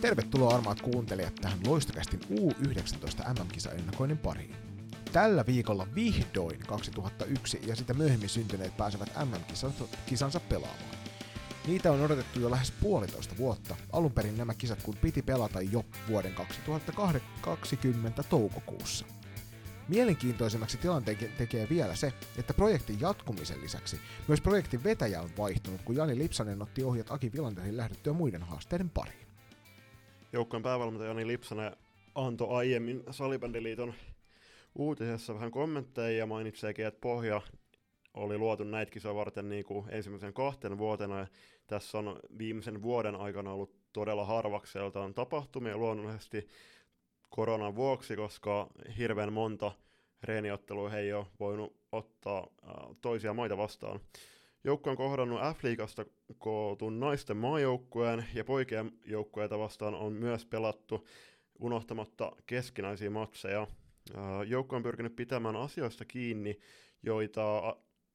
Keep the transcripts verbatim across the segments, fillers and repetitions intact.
Tervetuloa armaat kuuntelijat tähän Loistokästin U yhdeksäntoista M M-kisaennakoinnin pariin. Tällä viikolla vihdoin kaksituhattayksi ja sitä myöhemmin syntyneet pääsevät M M-kisansa pelaamaan. Niitä on odotettu jo lähes puolitoista vuotta. Alun perin nämä kisat kun piti pelata jo vuoden kaksituhattakaksikymmentä toukokuussa. Mielenkiintoisemmaksi tilanteen tekee vielä se, että projektin jatkumisen lisäksi myös projektin vetäjä on vaihtunut, kun Jani Lipsanen otti ohjat Aki Vilanderin lähdettyä muiden haasteiden pariin. Joukkueen päävalmentaja Jani Lipsanen antoi aiemmin Salibändiliiton uutisessa vähän kommentteja ja mainitseekin, että pohja oli luotu näitä kisoja varten niin kuin ensimmäisen kahten vuotena. Ja tässä on viimeisen vuoden aikana ollut todella harvakseltaan tapahtumia luonnollisesti koronan vuoksi, koska hirveän monta reeniottelua he ei ole voinut ottaa äh, toisia maita vastaan. Joukko on kohdannut F-liigasta kootun naisten maajoukkueen ja poikien joukkueita vastaan on myös pelattu unohtamatta keskinäisiä matseja. Joukko on pyrkinyt pitämään asioista kiinni, joita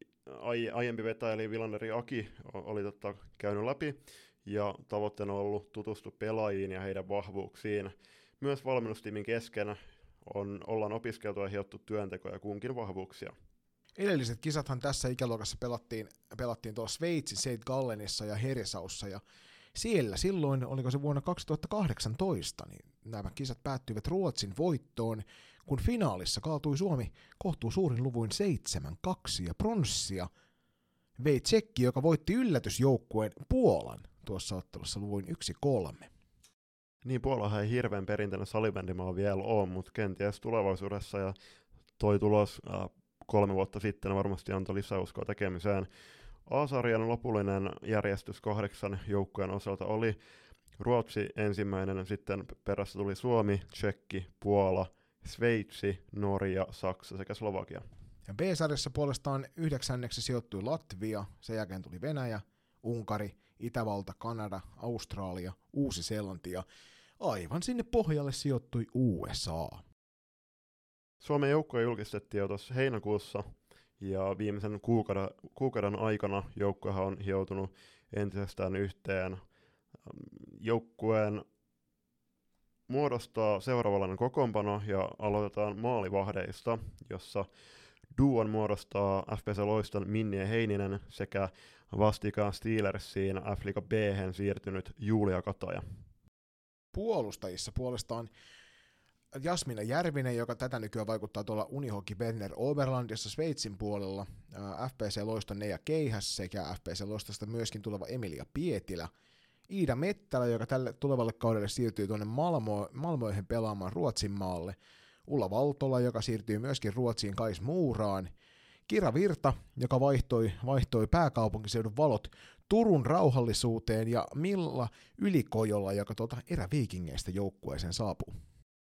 aiempi vetäjä eli Vilanderi Aki oli totta käynyt läpi, ja tavoitteena on ollut tutustua pelaajiin ja heidän vahvuuksiin. Myös valmennustiimin kesken on, ollaan opiskeltu ja hiottu työntekoja kunkin vahvuuksia. Edelliset kisathan tässä ikäluokassa pelattiin, pelattiin tuolla Sveitsin Saint Gallenissa ja Herisaussa, ja siellä silloin, oliko se vuonna kaksituhattakahdeksantoista, niin nämä kisat päättyivät Ruotsin voittoon, kun finaalissa kaatui Suomi kohtuu suurin luvuin seitsemän kaksi ja pronssia vei Tsekki, joka voitti yllätysjoukkueen Puolan tuossa ottelussa luvuin yksi kolme. Niin, Puolahan ei hirveän perinteinen salibändimaa vielä ole, mutta kenties tulevaisuudessa, ja toi tulos äh, kolme vuotta sitten varmasti antoi lisäuskoa tekemiseen. A-sarjan lopullinen järjestys kahdeksan joukkueen osalta oli Ruotsi ensimmäinen, sitten perässä tuli Suomi, Tsekki, Puola, Sveitsi, Norja, Saksa sekä Slovakia. Ja B-sarjassa puolestaan yhdeksänneksi sijoittui Latvia, sen jälkeen tuli Venäjä, Unkari, Itävalta, Kanada, Australia, Uusi-Seelanti ja aivan sinne pohjalle sijoittui U S A. Suomen joukkue julkistettiin jo tuossa heinäkuussa, ja viimeisen kuukauden, kuukauden aikana joukkuehan on hioutunut entisestään yhteen. Joukkueen muodostaa seuraavallinen kokoonpano ja aloitetaan maalivahdeista, jossa duon muodostaa F P C Loiston Minni ja Heininen sekä vastikään Steelersiin F-liiga B:hen siirtynyt Julia Kataja. Puolustajissa puolestaan Jasmina Järvinen, joka tätä nykyään vaikuttaa tuolla Unihockey Berner Oberlandissa Sveitsin puolella, F P C Loiston Neija Keihäs sekä F P C Loistosta myöskin tuleva Emilia Pietilä, Iida Mettälä, joka tälle tulevalle kaudelle siirtyy tuonne Malmo, Malmöihin pelaamaan Ruotsin maalle, Ulla Valtola, joka siirtyy myöskin Ruotsiin Kais Muuraan, Kira Virta, joka vaihtoi, vaihtoi pääkaupunkiseudun valot Turun rauhallisuuteen, ja Milla Ylikojola, joka tuolta eräviikingeistä joukkueeseen saapuu.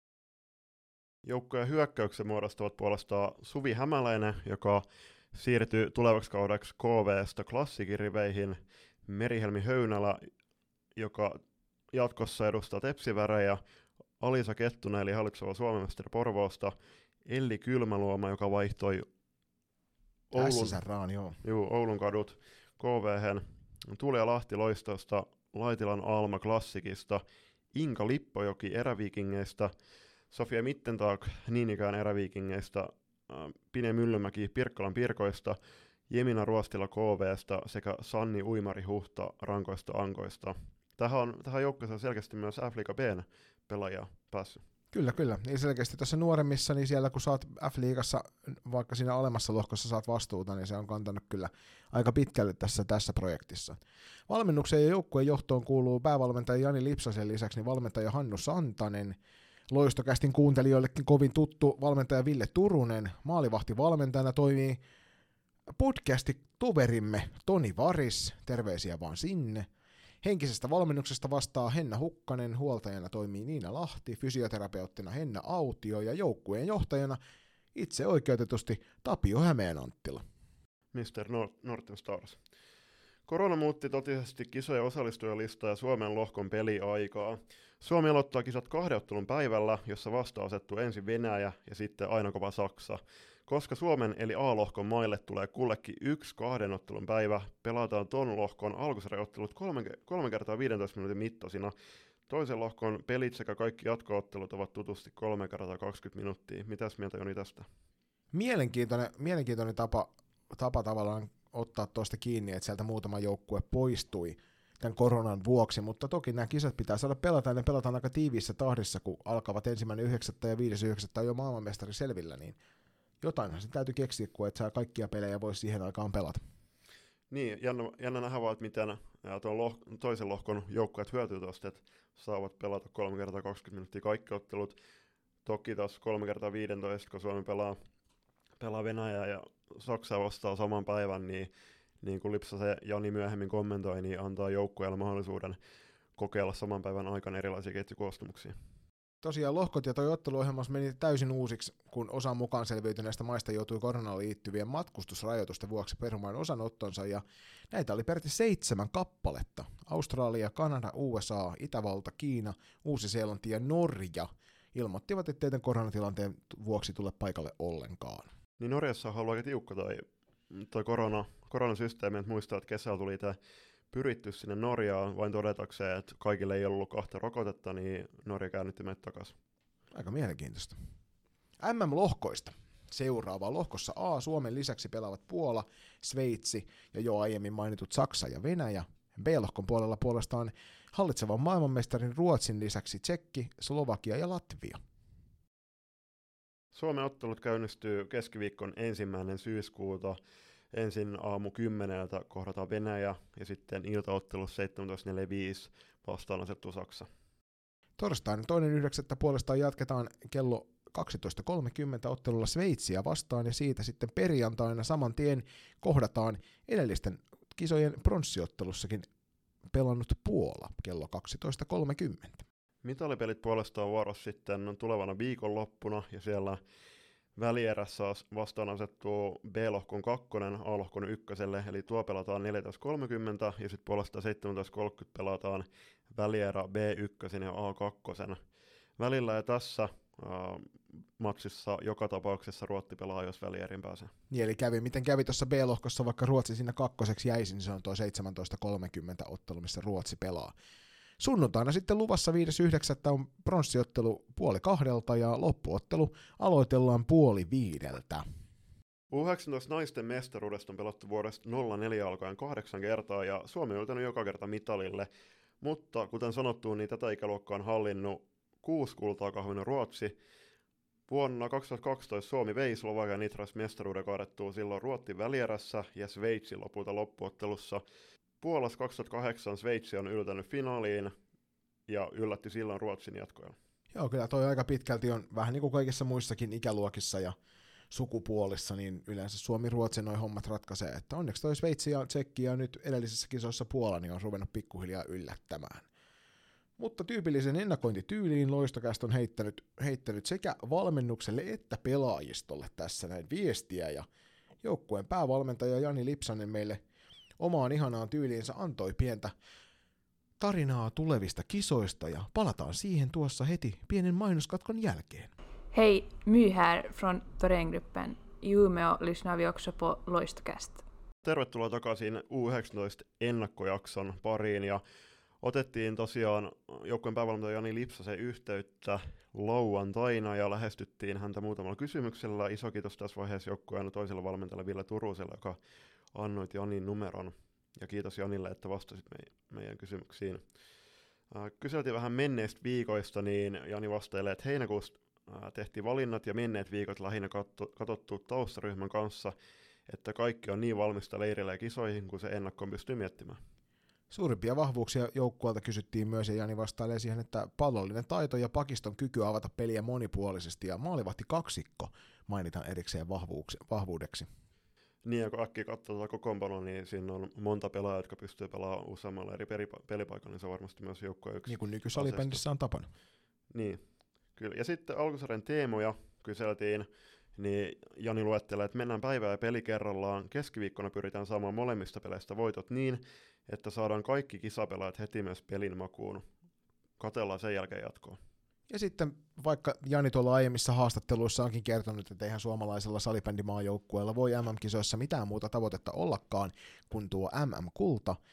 Joukkojen hyökkäyksen muodostavat puolestaan Suvi Hämäläinen, joka siirtyy tulevaksi kaudeksi K V:stä klassikiriveihin, Merihelmi Höynälä, joka jatkossa edustaa Tepsivärejä, Alisa Kettunen eli hallitseva Suomenmestari Porvoosta, Elli Kylmäluoma, joka vaihtoi Oulun, Raan, joo. Juu, Oulun kadut K V:hen, Tulia Lahti Loistosta, Laitilan Alma Klassikista, Inka Lippojoki eräviikingeistä, Sofia Mittentag niin ikään eräviikingeistä, Pine Myllymäki Pirkkalan Pirkoista, Jemina Ruostila K V:stä sekä Sanni Uimari Huhta Rankoista Ankoista. Tähän on, tähän joukkueeseen on selkeästi myös F-liiga B:n pelaajia päässyt. Kyllä, kyllä. Ja selkeästi tuossa nuoremmissa, niin siellä kun saat F-liigassa, vaikka siinä alemmassa lohkossa saat vastuuta, niin se on kantanut kyllä aika pitkälle tässä, tässä projektissa. Valmennuksen ja joukkueen johtoon kuuluu päävalmentaja Jani Lipsasen lisäksi niin valmentaja Hannu Santanen, Loistokästin kuuntelijoillekin kovin tuttu valmentaja Ville Turunen, maalivahtivalmentajana toimii podcasti-toverimme Toni Varis, terveisiä vaan sinne. Henkisestä valmennuksesta vastaa Henna Hukkanen, huoltajana toimii Niina Lahti, fysioterapeuttina Henna Autio ja joukkueen johtajana itse oikeutetusti Tapio Hämeen Anttila. mister Nor- Northern Stars. Korona muutti totisesti kisojen osallistujalistaa ja Suomen lohkon peliaikaa. Suomi aloittaa kisat kahden ottelun päivällä, jossa vasta asettuu ensin Venäjä ja sitten aina kova Saksa. Koska Suomen eli A-lohkon maille tulee kullekin yksi kahden ottelun päivä, pelataan ton lohkon alkusarjaottelut kolme, kolme kertaa viidentoista minuutin mittaisina. Toisen lohkon pelit sekä kaikki jatko-ottelut ovat tutusti kolme kertaa kaksikymmentä minuuttia. Mitäs mieltä Joni tästä? Mielenkiintoinen, mielenkiintoinen tapa, tapa tavallaan ottaa tuosta kiinni, että sieltä muutama joukkue poistui tämän koronan vuoksi, mutta toki nämä kisat pitää saada pelata, ja ne pelataan aika tiiviissä tahdissa, kun alkavat ensimmäinen yhdeksättä ja viides yhdeksättä on jo maailmanmestari selvillä, niin jotainhan se täytyy keksiä, kun et saa kaikkia pelejä voi siihen aikaan pelata. Niin, jännä, jännä nähdä vaan, että miten tuon loh, toisen lohkon joukkueet hyötyy tuosta, että saavat pelata kolme kertaa kaksikymmentä minuuttia kaikki ottelut. Toki taas kolme kertaa viisitoista, kun Suomi pelaa, pelaa Venäjää ja Saksaa vastaan saman päivän, niin niin kuin Lipsa se Jani myöhemmin kommentoi, niin antaa joukkueelle mahdollisuuden kokeilla saman päivän aikana erilaisia ketjukoostumuksia. Tosiaan lohkot ja toi otteluohjelmas meni täysin uusiksi, kun osa mukaan selviytyneistä maista joutui koronaan liittyvien matkustusrajoitusten vuoksi perumaan osanottonsa, ja näitä oli peräti seitsemän kappaletta. Australia, Kanada, U S A, Itävalta, Kiina, Uusi-Seelanti ja Norja ilmoittivat, ettei tämän koronatilanteen vuoksi tule paikalle ollenkaan. Niin Norjassa on ollut aika tiukka toi, toi korona, koronasysteemi, että muistaa, että kesällä tuli tämä pyritty sinne Norjaan vain todetakseen, että kaikille ei ollut kahta rokotetta, niin Norja käännytti meidät takaisin. Aika mielenkiintoista. M M-lohkoista. Seuraava lohkossa A. Suomen lisäksi pelaavat Puola, Sveitsi ja jo aiemmin mainitut Saksa ja Venäjä. B-lohkon puolella puolestaan hallitsevan maailmanmestarin Ruotsin lisäksi Tsekki, Slovakia ja Latvia. Suomen ottelut käynnistyy keskiviikkon ensimmäinen syyskuuta. Ensin aamu kymmeneltä kohdataan Venäjä ja sitten iltaottelu seitsemäntoista neljäkymmentäviisi vastaan asettuu Saksa. Torstaina toinen yhdeksättä puolestaan jatketaan kello kaksitoista kolmekymmentä ottelulla Sveitsiä vastaan, ja siitä sitten perjantaina saman tien kohdataan edellisten kisojen pronssiottelussakin pelannut Puola kello kaksitoista kolmekymmentä. Mitalipelit puolestaan vuorossa sitten tulevana viikonloppuna, ja siellä välierässä vastaan asettuu B-lohkon kakkonen A-lohkon ykköselle, eli tuo pelataan neljätoista kolmekymmentä, ja sitten puolestaan seitsemäntoista kolmekymmentä pelataan välierä B yksi ja A kaksi välillä, ja tässä äh, matsissa joka tapauksessa Ruotsi pelaa, jos välierin pääsee. Niin, eli kävi, miten kävi tuossa B-lohkossa, vaikka Ruotsi siinä kakkoseksi jäisi, niin se on tuo seitsemäntoista kolmekymmentä ottelu, missä Ruotsi pelaa. Sunnuntaina sitten luvassa viides yhdeksättä on pronssiottelu puoli kahdelta ja loppuottelu aloitellaan puoli viideltä. U yhdeksäntoista naisten mestaruudesta on pelattu vuodesta nolla neljä alkaen kahdeksan kertaa ja Suomi on yltänyt joka kerta mitalille, mutta kuten sanottu, niin tätä ikäluokkaa on hallinnut kuusi kultaa kahvinut Ruotsi. Vuonna kaksituhattakaksitoista Suomi vei Slovakian Nitras mestaruuden kaadettua silloin Ruotsin välierässä ja Sveitsi lopulta loppuottelussa. Puolassa kaksituhattakahdeksan Sveitsi on yltänyt finaaliin ja yllätti silloin Ruotsin jatkoja. Joo, kyllä toi aika pitkälti on vähän niin kuin kaikissa muissakin ikäluokissa ja sukupuolissa, niin yleensä Suomi-Ruotsi noi hommat ratkaisee, että onneksi toi Sveitsi ja Tsekki ja nyt edellisissä kisoissa Puola niin on ruvennut pikkuhiljaa yllättämään. Mutta tyypillisen ennakointityyliin Loistokäst on heittänyt, heittänyt sekä valmennukselle että pelaajistolle tässä näin viestiä, ja joukkueen päävalmentaja Jani Lipsanen meille omaan ihanaan tyyliinsä antoi pientä tarinaa tulevista kisoista, ja palataan siihen tuossa heti pienen mainoskatkon jälkeen. Hej, My här från Thorengruppen. I Umeå lyssnar vi också på Loistokäst. Tervetuloa takaisin U yhdeksäntoista ennakkojakson pariin, ja otettiin tosiaan joukkueen päävalmentaja Jani Lipsasen yhteyttä lauantaina ja lähestyttiin häntä muutamalla kysymyksellä. Iso kiitos tässä vaiheessa joukkueen toisella valmentajalle Ville Turuselle, joka annoit Janin numeron. Ja kiitos Janille, että vastasit me- meidän kysymyksiin. Äh, kyseltiin vähän menneistä viikoista, niin Jani vastailee, että heinäkuussa äh, tehtiin valinnat ja menneet viikot lähinnä katso- katsottu taustaryhmän kanssa, että kaikki on niin valmista leirillä ja kisoihin, kun se ennakkoon pystyy miettimään. Suurimpia vahvuuksia joukkueelta kysyttiin myös, ja Jani vastailee siihen, että pallollinen taito ja pakiston kyky avata peliä monipuolisesti ja maalivahti kaksikko mainitaan erikseen vahvuuksi, vahvuudeksi. Niin, ja kun äkkiä katsoo kokoonpanoa, niin siinä on monta pelaajaa, jotka pystyy pelaamaan useammalla eri pelipaikalla, niin se on varmasti myös joukkueen yksi. Niin kuin nykysalibändissä on tapana. Niin, kyllä. Ja sitten alkusarjan teemoja kyseltiin, niin Jani luettelee, että mennään päivää ja peli kerrallaan. Keskiviikkona pyritään saamaan molemmista peleistä voitot niin, että saadaan kaikki kisapelaajat heti myös pelin makuun. Katellaan sen jälkeen jatkoa. Ja sitten vaikka Jani tuolla aiemmissa haastatteluissa onkin kertonut, että eihän suomalaisella salibändimaajoukkueella voi M M-kisoissa mitään muuta tavoitetta ollakaan kuin tuo M M-kulta,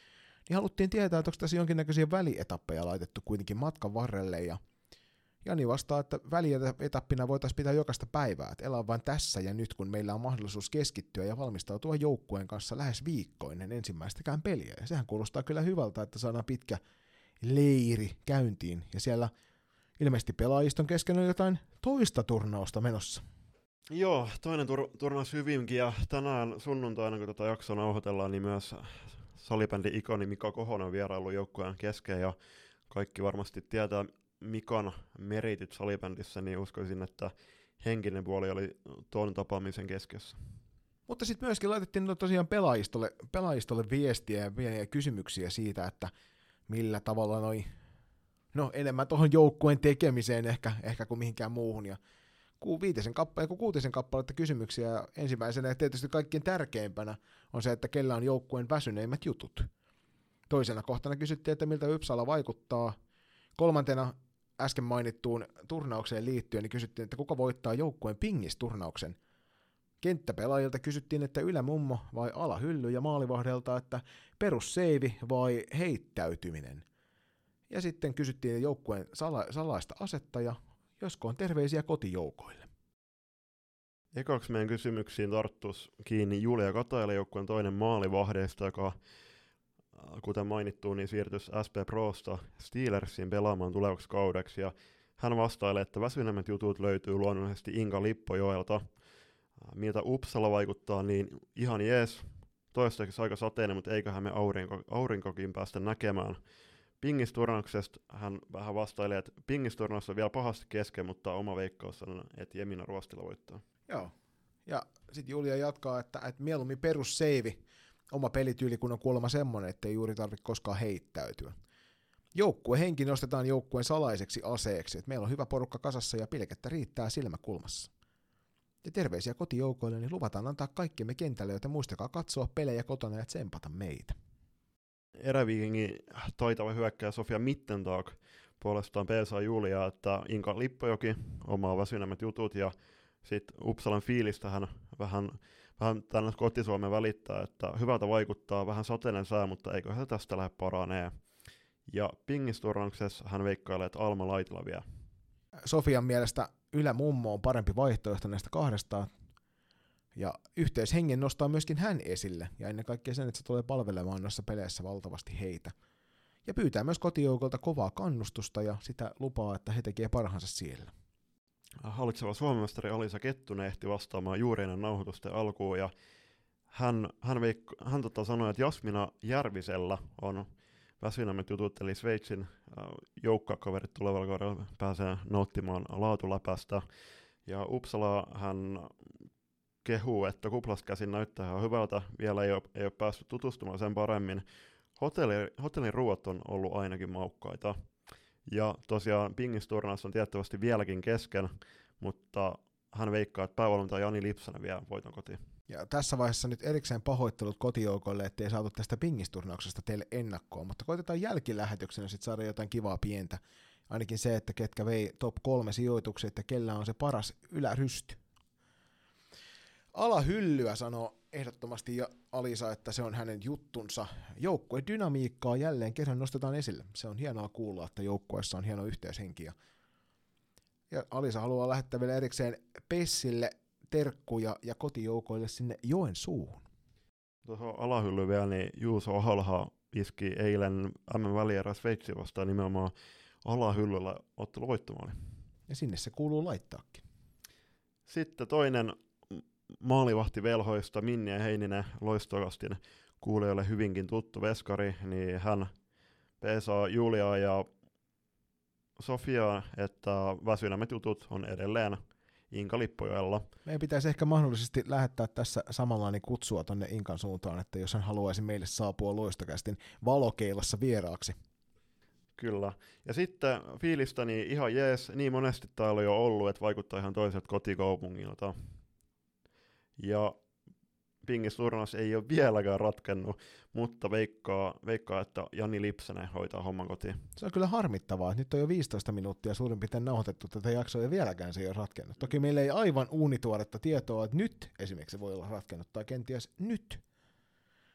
niin haluttiin tietää, että onko tässä jonkinnäköisiä välietappeja laitettu kuitenkin matkan varrelle, ja Jani vastaa, että välietappina voitaisiin pitää jokaista päivää, että elää vain tässä ja nyt, kun meillä on mahdollisuus keskittyä ja valmistautua joukkueen kanssa lähes viikko ennen ensimmäistäkään peliä. Ja sehän kuulostaa kyllä hyvältä, että saadaan pitkä leiri käyntiin, ja siellä ilmeisesti pelaajiston kesken on jotain toista turnausta menossa. Joo, toinen tur- turnaus hyvinkin, ja tänään sunnuntaina, kun tätä jaksoa nauhoitellaan, niin myös salibändin ikoni Mika Kohonen on vierailu joukkueen kesken, ja kaikki varmasti tietää Mikan meritit salibändissä, niin uskoisin, että henkinen puoli oli tuon tapaamisen keskiössä. Mutta sitten myöskin laitettiin no tosiaan pelaajistolle, pelaajistolle viestiä ja pieniä kysymyksiä siitä, että millä tavalla noi, no enemmän tuohon joukkueen tekemiseen ehkä, ehkä kuin mihinkään muuhun, ja viitisen kappale, kuutisen kappaletta kysymyksiä, ja ensimmäisenä ja tietysti kaikkein tärkeimpänä on se, että kellä on joukkueen väsyneimmät jutut. Toisena kohtana kysyttiin, että miltä Uppsala vaikuttaa. Kolmantena äsken mainittuun turnaukseen liittyen niin kysyttiin, että kuka voittaa joukkueen pingisturnauksen. Kenttäpelaajilta kysyttiin, että ylämummo vai alahylly, ja maalivahdelta, että perusseivi vai heittäytyminen. Ja sitten kysyttiin joukkueen sala- salaista asetta ja josko on terveisiä kotijoukoille. Ekaksi meidän kysymyksiin tarttuisi kiinni Julia Kataila, joukkueen toinen maalivahdeista, joka kuten mainittu, niin siirtyisi S P Prosta Steelersiin pelaamaan tulevaksi kaudeksi, ja hän vastailee, että väsyneimmät jutut löytyy luonnollisesti Inka Lippojoelta. Miltä Uppsala vaikuttaa, niin ihan jees, toistaiseksi aika sateinen, mutta eiköhän me aurinko, aurinkokin päästä näkemään. Pingisturnauksesta hän vähän vastailee, että pingisturnaus on vielä pahasti kesken, mutta oma veikkaus on, että Jemina Ruostila voittaa. Joo, ja sitten Julia jatkaa, että, että mieluummin perusseivi, oma pelityyli, kun on kuulemma semmoinen, ettei juuri tarvitse koskaan heittäytyä. Joukkue henki nostetaan joukkueen salaiseksi aseeksi, että meillä on hyvä porukka kasassa ja pilkettä riittää silmäkulmassa. Ja terveisiä kotijoukoille, niin luvataan antaa kaikkemme kentälle, joten muistakaa katsoa pelejä kotona ja tsempata meitä. Eräviikingin taitava hyökkääjä Sofia Mittentag puolestaan peesaa Juliaa, että Inka Lippojoki omaa väsyneimmät jutut, ja sitten Uppsalan fiilistä hän vähän, vähän tänne kotisuomen välittää, että hyvältä vaikuttaa vähän sateinen sää, mutta eiköhän se tästä lähde paranee. Ja pingisturnauksessa hän veikkailee, että Alma Laitila vie. Sofian mielestä ylämummo on parempi vaihtoehto näistä kahdesta, ja yhteishengen nostaa myöskin hän esille, ja ennen kaikkea sen, että se tulee palvelemaan noissa peleissä valtavasti heitä. Ja pyytää myös kotijoukolta kovaa kannustusta ja sitä lupaa, että he tekee parhaansa siellä. Hallitseva suomenmestari Alisa Kettunen ehti vastaamaan juuri ennen nauhoitusten alkuun, ja hän, hän, veik- hän tota sanoi, että Jasmina Järvisellä on väsyneimmät jutut, eli Sveitsin äh, joukkuekaverit tulevalla kaudella pääsee nauttimaan laatuläpästä. Ja Uppsala hän kehuu, että kuplasta käsin näyttää ihan hyvältä, vielä ei ole, ei ole päässyt tutustumaan sen paremmin. Hotelli, hotellin ruuat on ollut ainakin maukkaita. Ja tosiaan pingisturnaus on tiettävästi vieläkin kesken, mutta hän veikkaa, että päävalmentaja Jani Lipsanen vie voiton kotiin. Ja tässä vaiheessa nyt erikseen pahoittelut kotijoukoille, ettei saatu tästä pingisturnauksesta teille ennakkoon, mutta koitetaan jälkilähetyksenä sitten saada jotain kivaa pientä. Ainakin se, että ketkä vei top kolme sijoitukset ja kellä on se paras ylärysty. Alahyllyä sanoo ehdottomasti ja Alisa, että se on hänen juttunsa. Joukkueen dynamiikkaa jälleen kerran nostetaan esille. Se on hienoa kuulla, että joukkueessa on hieno yhteishenki. Ja Alisa haluaa lähettää vielä erikseen Pessille terkkuja ja kotijoukoille sinne Joensuuhun. Tuohon alahylly vielä, niin Juuso Ahalha iski eilen M M-välierä Sveitsi vastaan nimenomaan alahyllyllä ottelu voittomaali. Ja sinne se kuuluu laittaakin. Sitten toinen maalivahti velhoista, Minni Heininen, Loistokastin kuulijoille hyvinkin tuttu veskari, niin hän peesaa Juliaa ja Sofiaa, että väsyneimmät jutut on edelleen Inka Lippojoella. Meidän pitäisi ehkä mahdollisesti lähettää tässä samanlainen kutsua tonne Inkan suuntaan, että jos hän haluaisi meille saapua Loistokästin valokeilassa vieraaksi. Kyllä. Ja sitten fiilistä niin ihan jees, niin monesti täällä on jo ollut, että vaikuttaa ihan toiselta kotikaupungilta. Ja pingisturnaus ei ole vieläkään ratkennut, mutta veikkaa, veikkaa, että Jani Lipsanen hoitaa homman kotiin. Se on kyllä harmittavaa, että nyt on jo viisitoista minuuttia suurin piirtein nauhoitettu tätä jaksoa ja vieläkään se ei ole ratkennut. Toki meillä ei aivan uunituoretta tietoa, että nyt esimerkiksi se voi olla ratkennut tai kenties nyt.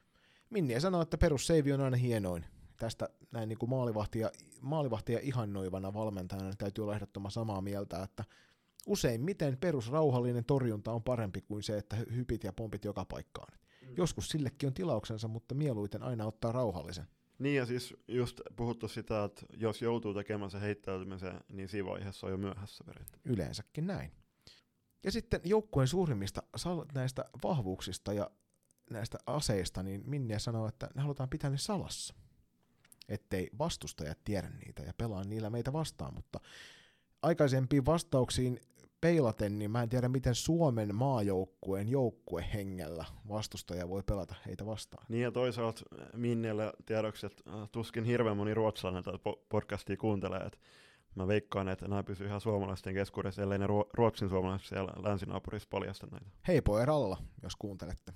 Minniä sanoo, että perusseivi on aina hienoin. Tästä näin niin kuin maalivahtia, maalivahtia ihannoivana valmentajana täytyy olla ehdottoman samaa mieltä, että useimmiten perusrauhallinen torjunta on parempi kuin se, että hypit ja pompit joka paikkaan. Mm. Joskus sillekin on tilauksensa, mutta mieluiten aina ottaa rauhallisen. Niin ja siis just puhuttu sitä, että jos joutuu tekemään se heittäytymisen, niin siinä vaiheessa on jo myöhässä periaatteessa. Yleensäkin näin. Ja sitten joukkueen suurimmista näistä vahvuuksista ja näistä aseista, niin Minniä sanoo, että ne halutaan pitää ne salassa. Ettei vastustajat tiedä niitä ja pelaa niillä meitä vastaan, mutta aikaisempiin vastauksiin peilaten, niin mä en tiedä, miten Suomen maajoukkueen joukkuehengellä vastustaja voi pelata heitä vastaan. Niin ja toisaalta Minnielle tiedoksi, että tuskin hirveän moni ruotsalainen tätä podcastia kuuntelee, että mä veikkaan, että nämä pysyy ihan suomalaisten keskuudessa, ellei ne ruotsin suomalaiset siellä länsinaapurissa paljasta näitä. Hei poeralla, jos kuuntelette.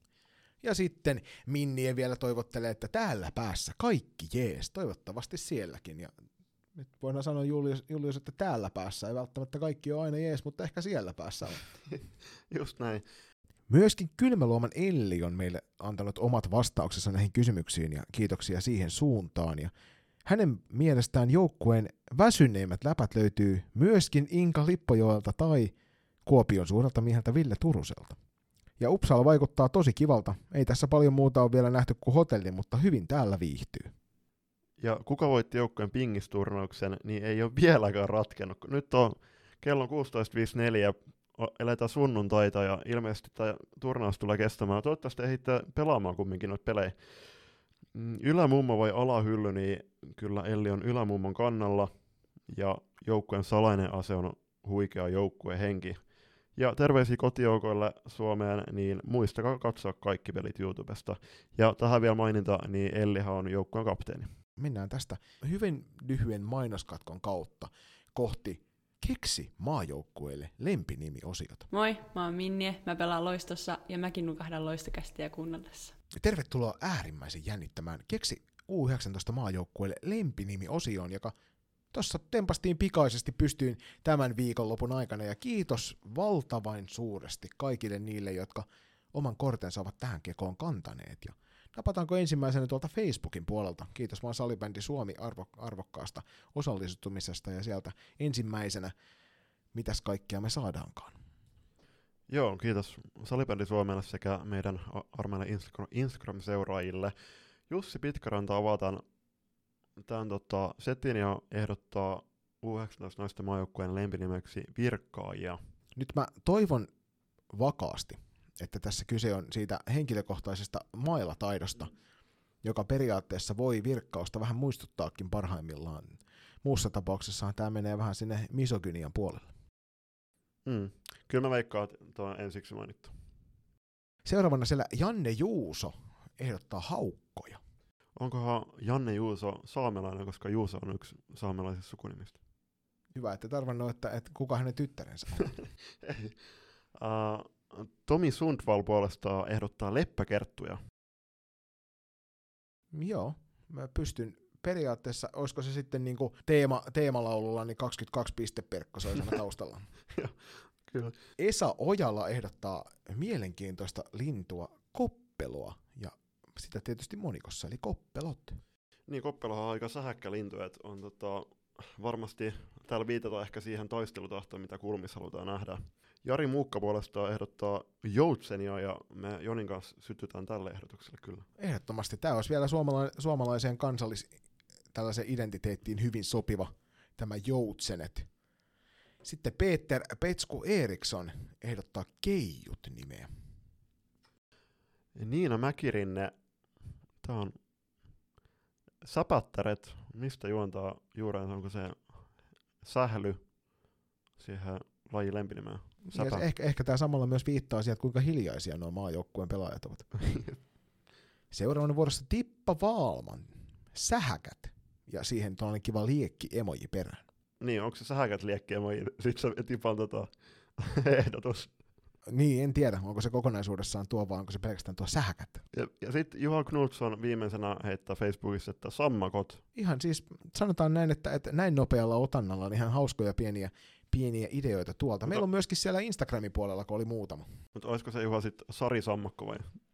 Ja sitten Minnie vielä toivottelee, että täällä päässä kaikki jees, toivottavasti sielläkin. Ja nyt voidaan sanoa Julius, Julius, että täällä päässä ei välttämättä kaikki ole aina jees, mutta ehkä siellä päässä on. Just näin. Myöskin Kylmäluoman Elli on meille antanut omat vastauksensa näihin kysymyksiin ja kiitoksia siihen suuntaan. Ja hänen mielestään joukkueen väsyneimmät läpät löytyy myöskin Inka Lippojoelta tai Kuopion suurelta mieheltä Ville Turuselta. Ja Uppsala vaikuttaa tosi kivalta. Ei tässä paljon muuta ole vielä nähty kuin hotelli, mutta hyvin täällä viihtyy. Ja kuka voitti joukkueen pingisturnauksen, niin ei ole vieläkään ratkennut. Nyt on kello kuusitoista viisikymmentäneljä, eletään sunnuntaita ja ilmeisesti tämä turnaus tulee kestämään. Toivottavasti ehittää pelaamaan kumminkin noita pelejä. Ylämummo vai alahylly, niin kyllä Elli on ylämummon kannalla. Ja joukkueen salainen ase on huikea joukkueen henki. Ja terveisiä kotijoukoille Suomeen, niin muistakaa katsoa kaikki pelit YouTubesta. Ja tähän vielä maininta, niin Ellihan on joukkueen kapteeni. Mennään tästä hyvin lyhyen mainoskatkon kautta kohti Keksi maajoukkueelle lempinimi-osiota. Moi, mä oon Minnie, mä pelaan Loistossa ja mäkin nukahdan Loistokästiä kuunnellessa. Tervetuloa äärimmäisen jännittämään Keksi U yhdeksäntoista maajoukkueelle lempinimi-osioon, joka tuossa tempastiin pikaisesti pystyyn tämän viikonlopun aikana, ja kiitos valtavan suuresti kaikille niille, jotka oman kortensa ovat tähän kekoon kantaneet. Ja napataanko ensimmäisenä tuolta Facebookin puolelta? Kiitos vaan Salibändi Suomi arvo, arvokkaasta osallistumisesta, ja sieltä ensimmäisenä, mitäs kaikkea me saadaankaan. Joo, kiitos Salibändi Suomelle sekä meidän armeille Instagram-seuraajille. Jussi Pitkäranta avataan tämän tota, setin ja ehdottaa U yhdeksäntoista naisten maajoukkueen lempinimeksi virkkaajia. Nyt mä toivon vakaasti, että tässä kyse on siitä henkilökohtaisesta mailataidosta, joka periaatteessa voi virkkausta vähän muistuttaakin parhaimmillaan. Muussa tapauksessa tämä menee vähän sinne misogynian puolelle. Mm. Kyllä mä veikkaan, että tuo on ensiksi mainittu. Seuraavana siellä Janne Juuso ehdottaa haukkoja. Onkohan Janne Juuso saamelainen, koska Juuso on yksi saamelaisista sukunimistä? Hyvä, että tarvannut, että, että kuka hänen tyttärensä on. uh, Tomi Sundvall puolestaan ehdottaa leppäkerttuja. Joo, mä pystyn periaatteessa, olisiko se sitten niinku teema, teemalaululla, niin kaksikymmentäkaksi pisteperkko se olisi taustalla. Kyllä. Esa Ojala ehdottaa mielenkiintoista lintua koppeloa, ja sitä tietysti monikossa, eli koppelot. Niin, koppelohan on aika sähäkkä lintu, että on tota, varmasti täällä viitataan ehkä siihen taistelutahtoon, mitä kulmissa halutaan nähdä. Jari Muukka puolestaan ehdottaa joutsenia, ja me Jonin kanssa sytytään tälle ehdotukselle kyllä. Ehdottomasti. Tämä olisi vielä suomala- suomalaiseen kansallis tällaiseen identiteettiin hyvin sopiva, tämä joutsenet. Sitten Peter Petsku Eriksson ehdottaa keijut-nimeä. Niina Mäkirinne, tämä on säpättäret, mistä juontaa juurensa, onko se sähly siihen lajin lempinimeen? Ehkä, ehkä tämä samalla myös viittaa siihen, kuinka hiljaisia nuo maajoukkueen pelaajat ovat. Seuraavana vuorossa Tippa Vaalman, sähäkät, ja siihen tuollainen kiva liekki emoji perään. Niin, onko se sähäkät liekki emoji, sitten se Tipan tota, ehdotus. Niin, en tiedä, onko se kokonaisuudessaan tuo, vai onko se pelkästään tuo sähäkät. Ja, ja sitten Juha Knutsson viimeisenä heittää Facebookissa, että sammakot. Ihan siis sanotaan näin, että, että näin nopealla otannalla on ihan hauskoja pieniä, pieniä ideoita tuolta. Meillä on myöskin siellä Instagramin puolella, kun oli muutama. Mutta olisiko se Juha sitten Sari Sammakko vai?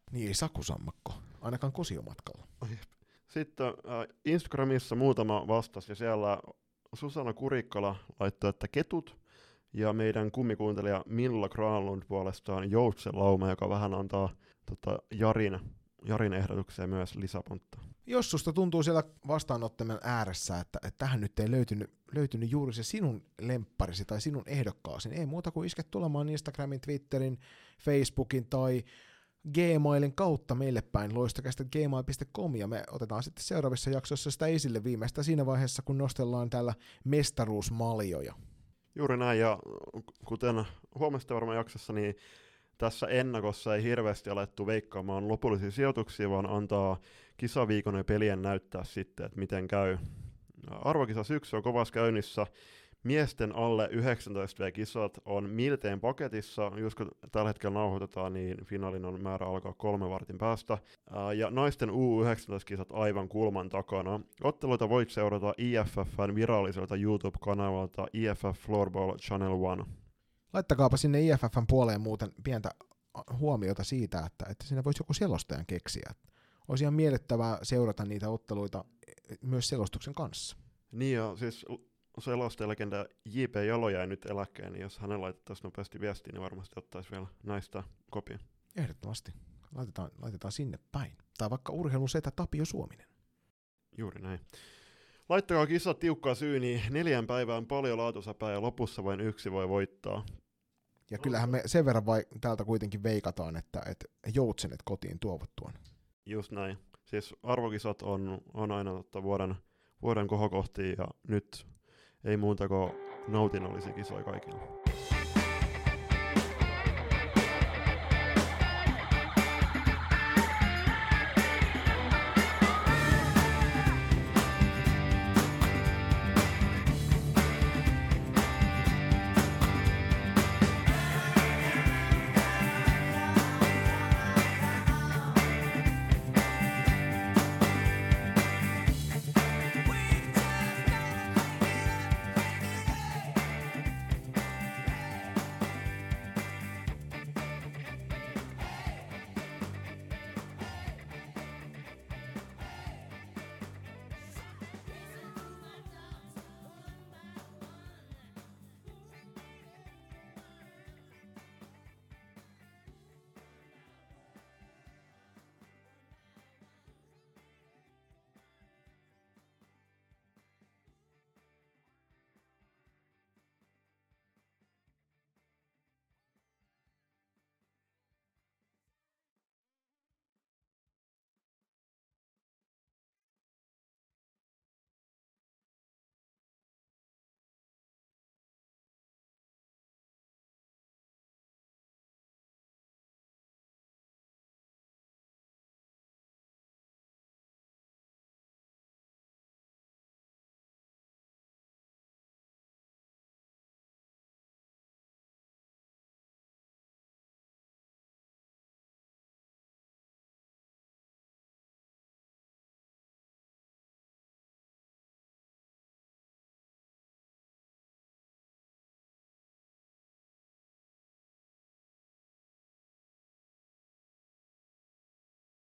Niin ei sakusammakko, ainakaan kosiomatkalla. Sitten äh, Instagramissa muutama vastasi ja siellä Susanna Kurikkala laittoi, että ketut, ja meidän kummikuuntelija Milla Granlund puolestaan joutsenlauma, joka vähän antaa tota, Jarin, Jarin ehdotukseen myös lisäpontta. Jos susta tuntuu siellä vastaanottimen ääressä, että, että tähän nyt ei löytynyt, löytynyt juuri se sinun lempparisi tai sinun ehdokkaasi, niin ei muuta kuin isket tulemaan Instagramin, Twitterin, Facebookin tai Gmailin kautta meille päin loistokästä gmail piste com, ja me otetaan sitten seuraavissa jaksoissa sitä esille viimeistä siinä vaiheessa, kun nostellaan täällä mestaruusmaljoja. Juuri näin, ja kuten huomasitte varmaan jaksossa, niin tässä ennakossa ei hirveästi alettu veikkaamaan lopullisia sijoituksia, vaan antaa kisaviikon ja pelien näyttää sitten, että miten käy. Arvokisa syksy on kovassa käynnissä. Miesten alle yhdeksäntoista vuotiaat-kisat on miltein paketissa. Just kun tällä hetkellä nauhoitetaan, niin finaalin on määrä alkaa kolme vartin päästä. Ja naisten U yhdeksäntoista-kisat aivan kulman takana. Otteluita voit seurata I F F:n viralliselta YouTube-kanavalta I F F Floorball Channel One. Laittakaapa sinne I F F:n puoleen muuten pientä huomiota siitä, että, että siinä voisi joku selostajan keksiä. Olisi ihan miellyttävää seurata niitä otteluita myös selostuksen kanssa. Niin ja siis selostajalegenda J P Jalo jäi nyt eläkkeen, niin jos hänen laitettaisiin nopeasti viestiin, niin varmasti ottaisi vielä näistä kopia. Ehdottomasti. Laitetaan, laitetaan sinne päin. Tai vaikka urheilun setä Tapio Suominen. Juuri näin. Laittakaa kisat tiukkaa syyniin, neljän päivään paljon laatusäpää ja lopussa vain yksi voi voittaa. Ja kyllähän me sen verran vai, täältä kuitenkin veikataan, että, että joutsenet kotiin tuovat tuon. Just näin. Siis arvokisat on, on aina totta vuoden, vuoden kohokohtia ja nyt ei muuta kuin nautinnollisia kisoja kaikille.